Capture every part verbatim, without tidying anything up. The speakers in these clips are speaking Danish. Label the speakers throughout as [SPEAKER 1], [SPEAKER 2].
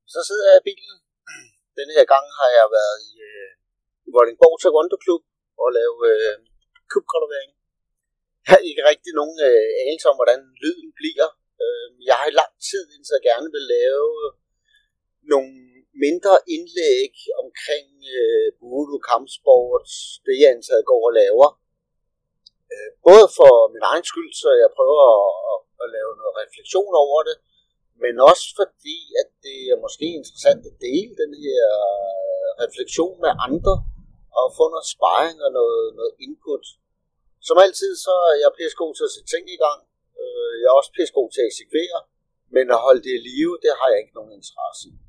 [SPEAKER 1] Så sidder jeg i bilen. Denne her gang har jeg været i øh, Vordingborg Taekwondo Klub og lavet øh, kubkolorering. Jeg har ikke rigtig nogen øh, anelse om, hvordan lyden bliver. Øh, jeg har i lang tid, indtil jeg gerne vil lave nogle mindre indlæg omkring øh, budo, kampsport, det jeg antaget går og laver. Øh, både for min egen skyld, så jeg prøver at, at lave noget refleksion over det, men også fordi, at det er måske interessant at dele den her refleksion med andre, og få noget sparring og noget, noget input. Som altid, så er jeg pissegod til at sætte ting i gang. Jeg er også pissegod til at eksekvere, men at holde det i live, det har jeg ikke nogen interesse i.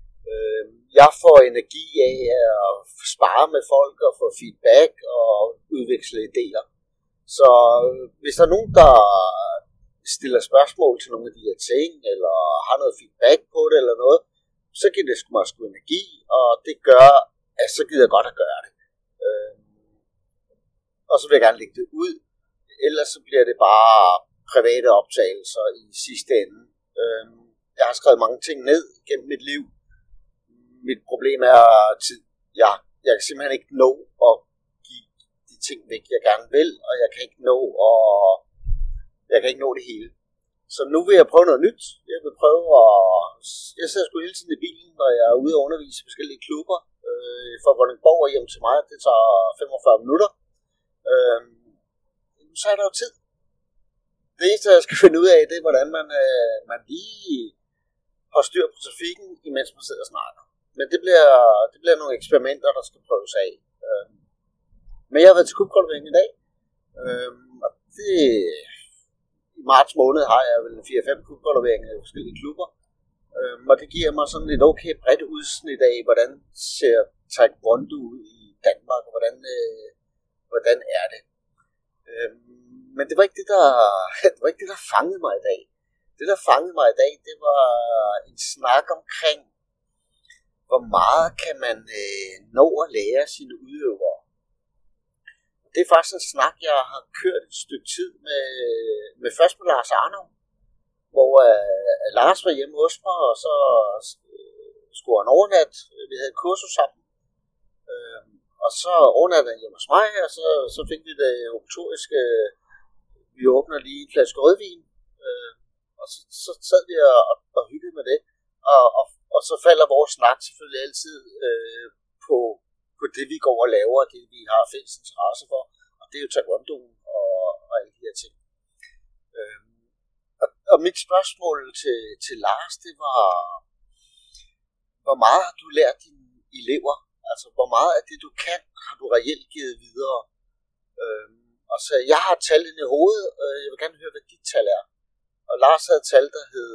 [SPEAKER 1] Jeg får energi af at spare med folk og få feedback og udveksle idéer. Så hvis der er nogen, der stiller spørgsmål til nogle af de her ting, eller har noget feedback på det eller noget, så giver det sgu mig sgu energi, og det gør, at så gider jeg godt at gøre det. Øh, og så vil jeg gerne lægge det ud, ellers så bliver det bare private optagelser i sidste ende. Øh, jeg har skrevet mange ting ned gennem mit liv. Mit problem er tid. Jeg, jeg kan simpelthen ikke nå at give de ting væk, jeg gerne vil, og jeg kan ikke nå at Jeg kan ikke nå det hele. Så nu vil jeg prøve noget nyt. Jeg vil prøve at... Jeg sidder sgu hele tiden i bilen, når jeg er ude og undervise i forskellige klubber. Øh, fra Vordingborg og hjem til mig, det tager femogfyrre minutter. Øh, så er der jo tid. Det eneste, jeg skal finde ud af, det er, hvordan man, øh, man lige har styr på trafikken, imens man sidder og snakker. Men det bliver, det bliver nogle eksperimenter, der skal prøves af. Øh, men jeg har været til kubkolorering i dag. Øh, og det... I marts måned har jeg vel fire fem kubkoloreringer i forskellige klubber. Øhm, og det giver mig sådan et okay bredt udsnit af, hvordan ser taekwondo ud i Danmark, og hvordan, øh, hvordan er det. Øhm, men det var, ikke det, der, det var ikke det, der fangede mig i dag. Det, der fangede mig i dag, det var en snak omkring, hvor meget kan man øh, nå at lære sine udøvere. Det er faktisk en snak, jeg har kørt et stykke tid med, med først med Lars Arnold, hvor uh, Lars var hjemme hos mig, og så uh, skulle han overnat. Vi havde et kursus sammen. Uh, og så overnattede han hjemme hos mig, og så, så fik vi det obligatoriske, vi åbner lige en flaske rødvin, uh, og så, så sad vi og, og, og hyggede med det. Og, og, og så falder vores snak selvfølgelig altid uh, på på det, vi går og laver, det vi har fælles interesse for, og det er jo taekwondo og, og alle de her ting. Øhm, og, og mit spørgsmål til, til Lars, det var, hvor meget har du lært dine elever? Altså, hvor meget af det, du kan, har du reelt givet videre? Øhm, og så jeg har tal inde i hovedet, og jeg vil gerne høre, hvad dit tal er. Og Lars havde tal, der hed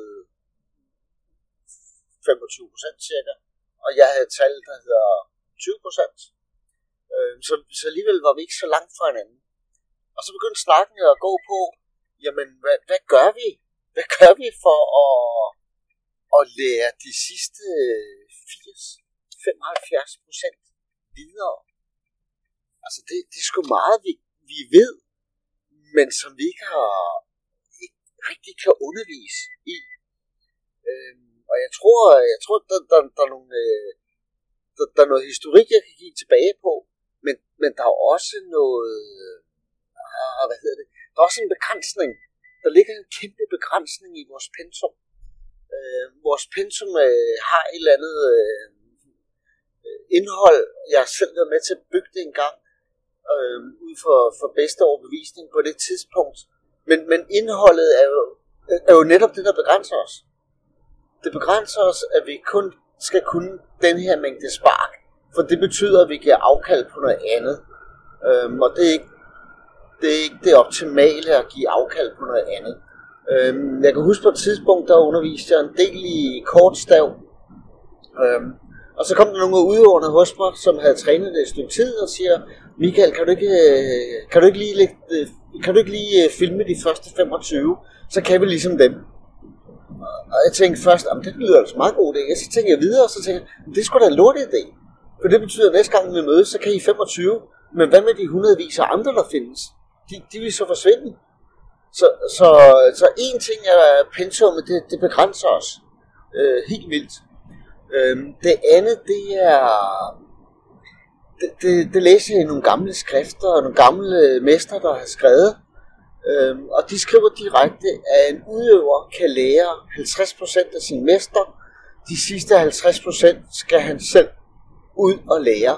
[SPEAKER 1] femogtyve procent cirka, og jeg havde tal, der hedder tyve procent. Øh, så, så alligevel var vi ikke så langt fra hinanden. Og så begyndte snakken at gå på, jamen, hvad, hvad gør vi? Hvad gør vi for at, at lære de sidste firs til femoghalvfjerds procent videre? Altså, det, det er sgu meget, vi, vi ved, men som vi ikke har ikke rigtig kan undervise i. Øh, og jeg tror, jeg tror der, der, der er nogle... Øh, Der, der er noget historik, jeg kan give tilbage på, men, men der er også noget, ah, hvad hedder det, der er også en begrænsning. Der ligger en kæmpe begrænsning i vores pensum. Øh, vores pensum øh, har et eller andet øh, indhold. Jeg har selv været med til at bygge det en gang, øh, ud for, for bedste overbevisning på det tidspunkt. Men, men indholdet er jo, er jo netop det, der begrænser os. Det begrænser os, at vi kun skal kunne den her mængde spark, for det betyder, at vi giver afkald på noget andet. Øhm, og det er, ikke, det er ikke det optimale at give afkald på noget andet. Øhm, jeg kan huske på et tidspunkt, der underviste jeg en del i kortstav. Øhm, og så kom der nogle udøverne hos mig, som havde trænet det et stykke tid, og siger, Michael, kan du ikke, kan du ikke, lige, kan du ikke lige filme de første femogtyve, så kan vi ligesom dem. Og jeg tænkte først, at det lyder altså meget god idé. Så tænkte jeg videre, og så tænkte jeg, det er sgu da en lortet idé. For det betyder, at næste gang vi mødes, så kan I femogtyve. Men hvad med de hundredvis af andre, der findes? De, de vil så forsvinde. Så, så, så en ting er pensummet, det, det begrænser os øh, helt vildt. Øhm, det andet, det er... Det, det, det læser jeg i nogle gamle skrifter og nogle gamle mestre, der har skrevet. Øhm, og de skriver direkte, at en udøver kan lære halvtreds procent af sin mester. De sidste halvtreds procent skal han selv ud og lære.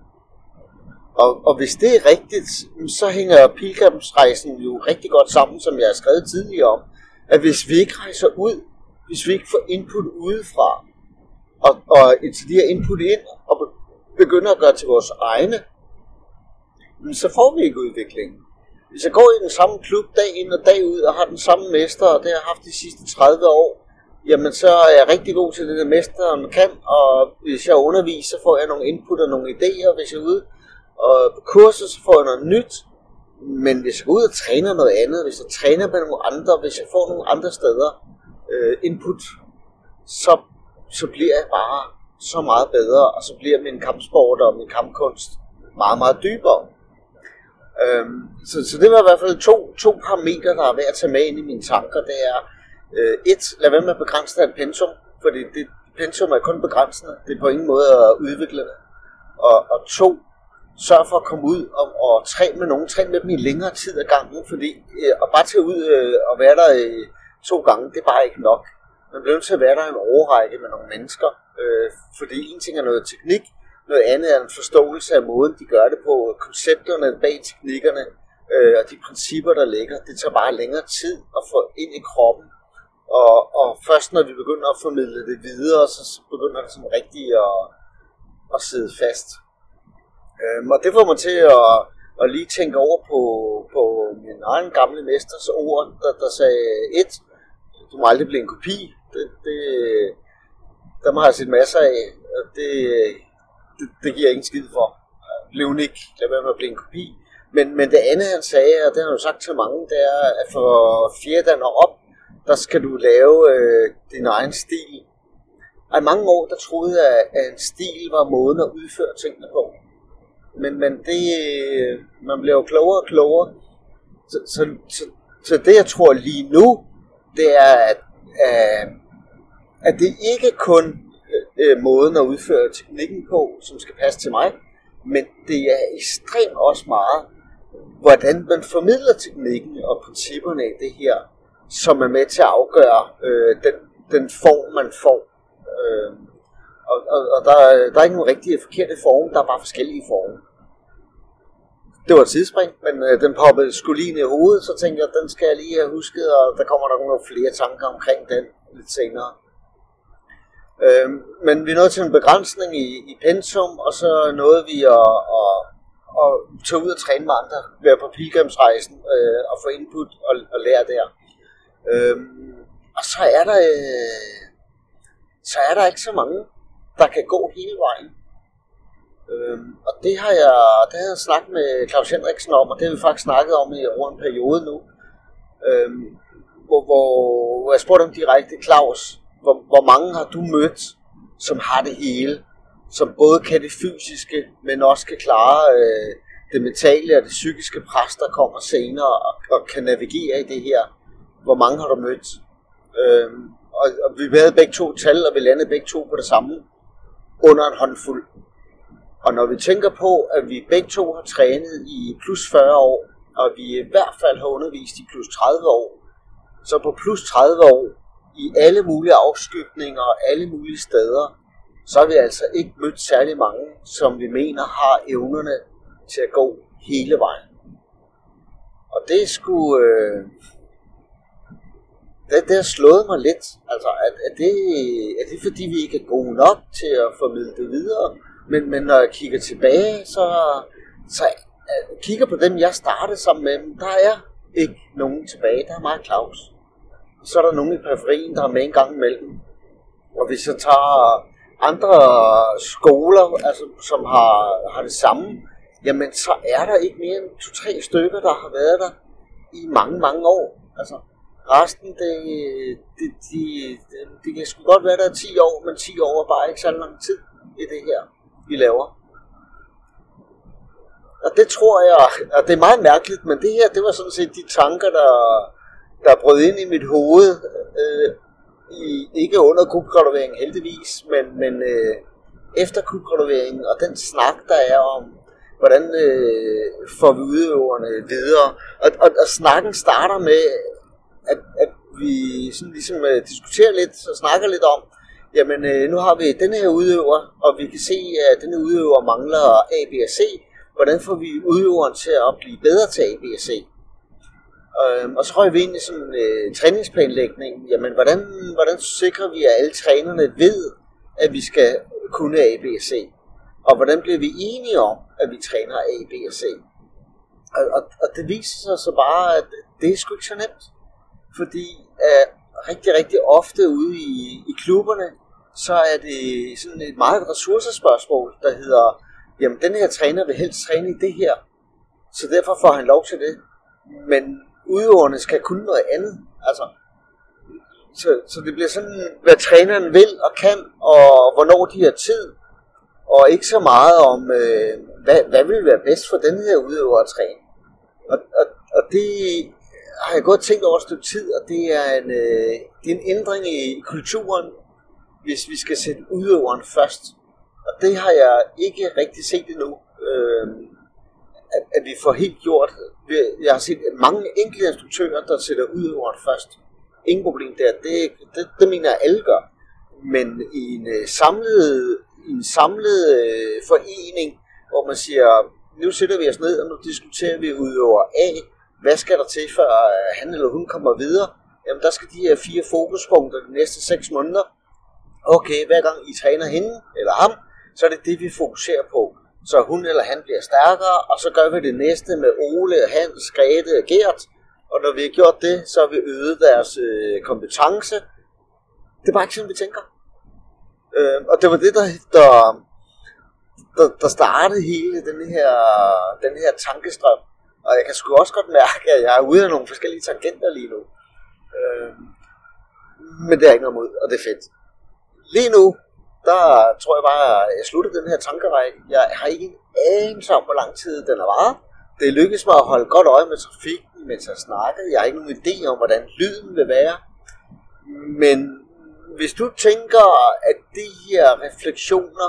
[SPEAKER 1] Og, og hvis det er rigtigt, så hænger pilgrimsrejsen jo rigtig godt sammen, som jeg har skrevet tidligere om. At hvis vi ikke rejser ud, hvis vi ikke får input udefra, og, og de her input ind, og begynder at gøre til vores egne, så får vi ikke udvikling. Hvis jeg går i den samme klub dag ind og dag ud, og har den samme mester, og det har jeg haft de sidste tredive år, jamen så er jeg rigtig god til det der mester, man kan, og hvis jeg underviser, så får jeg nogle input og nogle idéer, hvis jeg er ude. Og på kurser, så får jeg noget nyt, men hvis jeg går ud og træner noget andet, hvis jeg træner med nogle andre, hvis jeg får nogle andre steder øh, input, så, så bliver jeg bare så meget bedre, og så bliver min kampsport og min kampkunst meget, meget dybere. Øhm, så, så det var i hvert fald to, to parametre, der er værd at tage med ind i mine tanker. Det er øh, et, lad være med at begrænse dig et pensum, fordi det, pensum er kun begrænsende, det er på ingen måde at udvikle det. Og, og to, sørg for at komme ud og, og træne med nogen, træne med dem i længere tid ad gangen, fordi øh, at bare tage ud øh, og være der øh, to gange, det er bare ikke nok. Man bliver nødt til at være der en overrække med nogle mennesker, øh, fordi en ting er noget teknik, noget andet er en forståelse af måden, de gør det på, koncepterne bag teknikkerne øh, og de principper, der ligger. Det tager bare længere tid at få ind i kroppen, og, og først når vi begynder at formidle det videre, så begynder det som rigtigt at, at sidde fast. Øhm, og det får mig til at, at lige tænke over på, på min egen gamle mesters ord, der, der sagde et, du må aldrig blive en kopi. Det, det, dem har jeg set masser af, og det, det, det giver jeg ingen skid for. Bliv unik, lad være med at blive en kopi. Men, men det andet han sagde, og det har han jo sagt til mange, det er, at for fjerde og op, der skal du lave øh, din egen stil. Og i mange år, der troede jeg, at en stil var måden at udføre tingene på. Men, men det, man bliver jo klogere og klogere. Så, så, så, så det jeg tror lige nu, det er, at, at det ikke kun er måden at udføre teknikken på, som skal passe til mig, men det er ekstremt også meget, hvordan man formidler teknikken og principperne i det her, som er med til at afgøre øh, den, den form, man får. Øh, og og, og der, der er ikke nogen rigtige og forkerte form, der er bare forskellige former. Det var et tidsspring, men øh, den poppede skulle lige ned i hovedet, så tænkte jeg, at den skal jeg lige have husket, og der kommer nok nogle flere tanker omkring den lidt senere. Øh, men vi nåede til en begrænsning i, i pensum, og så nåede vi at, at, at tage ud og træne med andre, være på pilgrimsrejsen øh, og få input og, og lære der. Øh, og så er der øh, så er der ikke så mange, der kan gå hele vejen. Øhm, og det har jeg, det har jeg snakket med Claus Henriksen om, og det har vi faktisk snakket om i over en periode nu. Øhm, hvor, hvor, hvor jeg spurgte om direkte, Claus, hvor, hvor mange har du mødt, som har det hele, som både kan det fysiske, men også kan klare øh, det mentale og det psykiske pres, der kommer senere, og, og kan navigere i det her. Hvor mange har du mødt? Øhm, og, og vi havde begge to tal, og vi landede begge to på det samme, under en håndfuld. Og når vi tænker på, at vi begge to har trænet i plus fyrre år, og vi i hvert fald har undervist i plus tredive år, så på plus tredive år, i alle mulige afskygninger og alle mulige steder, så har vi altså ikke mødt særlig mange, som vi mener har evnerne til at gå hele vejen. Og det er sgu... Øh, det, det har slået mig lidt. Altså, er, er, det, er det fordi, vi ikke er gode nok til at formidle det videre? Men, men når jeg kigger tilbage, så, så jeg kigger på dem, jeg startede sammen med dem, der er ikke nogen tilbage. Der er meget Claus. Så er der nogen i periferien, der er med en gang imellem. Og hvis jeg tager andre skoler, altså, som har, har det samme, jamen så er der ikke mere end to-tre stykker, der har været der i mange, mange år. Altså, resten, det, det, de, de, de kan sgu godt være der ti år, men ti år er bare ikke så lang tid i det her, vi laver. Og det tror jeg, og det er meget mærkeligt, men det her, det var sådan set de tanker, der, der brød ind i mit hoved, øh, i, ikke under kubgradueringen heldigvis, men, men øh, efter kubgradueringen og den snak, der er om, hvordan øh, får vi udøverne videre. Og, og, og snakken starter med, at, at vi sådan ligesom øh, diskuterer lidt og snakker lidt om, jamen øh, nu har vi denne her udøver, og vi kan se, at denne udøver mangler A, B og C. Hvordan får vi udøveren til at blive bedre til A, B og C? Øhm, og så røg vi ind i sådan en øh, træningsplanlægning. Jamen, hvordan, hvordan sikrer vi, at alle trænerne ved, at vi skal kunne A, B og C? Og hvordan bliver vi enige om, at vi træner A, B og C? Og, og, og det viser sig så bare, at det er sgu ikke så nemt. Fordi at rigtig, rigtig ofte ude i, i klubberne, så er det sådan et meget ressourcespørgsmål, der hedder, jamen, den her træner vil helst træne i det her, så derfor får han lov til det. Men udøverne skal kunne noget andet. Altså, så, så det bliver sådan, hvad træneren vil og kan, og hvornår de har tid, og ikke så meget om, øh, hvad, hvad vil være bedst for den her udøver at træne. Og, og, og det har jeg godt tænkt over et stykke tid, og det er en, øh, det er en ændring i kulturen, hvis vi skal sætte udøveren først. Og det har jeg ikke rigtig set endnu. Øh, At, at vi får helt gjort. Jeg har set mange enkelte instruktører, der sætter udøveren først. Ingen problem der. Det, det, det mener jeg alle gør. Men i en uh, samlet, i en samlet uh, forening, hvor man siger, nu sætter vi os ned, og nu diskuterer vi udøver A. Hvad skal der til, før uh, han eller hun kommer videre? Jamen, der skal de her fire fokuspunkter de næste seks måneder. Okay, hver gang I træner hende eller ham, så er det det, vi fokuserer på. Så hun eller han bliver stærkere, og så gør vi det næste med Ole, Hans, Grete og Gert. Og når vi har gjort det, så har vi øget deres øh, kompetence. Det er bare ikke sådan, vi tænker. Øh, og det var det, der, der, der, der startede hele den her, den her tankestrøm. Og jeg kan sgu også godt mærke, at jeg er ude af nogle forskellige tangenter lige nu. Øh, men det er ikke noget mod, og det er fedt. Lige nu, der tror jeg bare, at jeg slutter den her tankerække. Jeg har ikke en anelse om, hvor lang tid den har varet. Det lykkedes mig at holde godt øje med trafikken, mens jeg snakkede. Jeg har ikke nogen idé om, hvordan lyden vil være. Men hvis du tænker, at de her refleksioner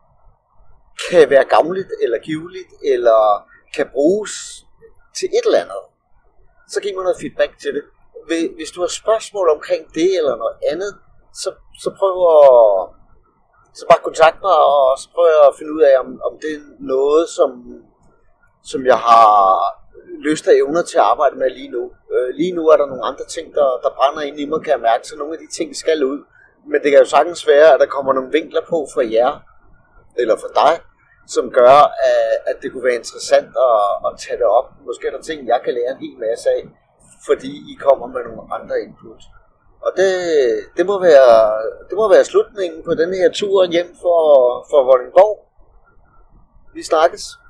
[SPEAKER 1] kan være gavnligt eller giveligt, eller kan bruges til et eller andet, så giv mig noget feedback til det. Hvis du har spørgsmål omkring det eller noget andet, så, så prøv at... Så bare kontakt mig, og så prøver jeg at finde ud af, om, om det er noget, som, som jeg har lyst og evner til at arbejde med lige nu. Øh, lige nu er der nogle andre ting, der, der brænder ind i mig, kan jeg mærke, så nogle af de ting skal ud. Men det kan jo sagtens være, at der kommer nogle vinkler på for jer, eller for dig, som gør, at, at det kunne være interessant at, at tage det op. Måske er der ting, jeg kan lære en hel masse af, fordi I kommer med nogle andre input. Og det, det, må være, det må være slutningen på den her tur hjem for, for Vordingborg. Vi snakkes.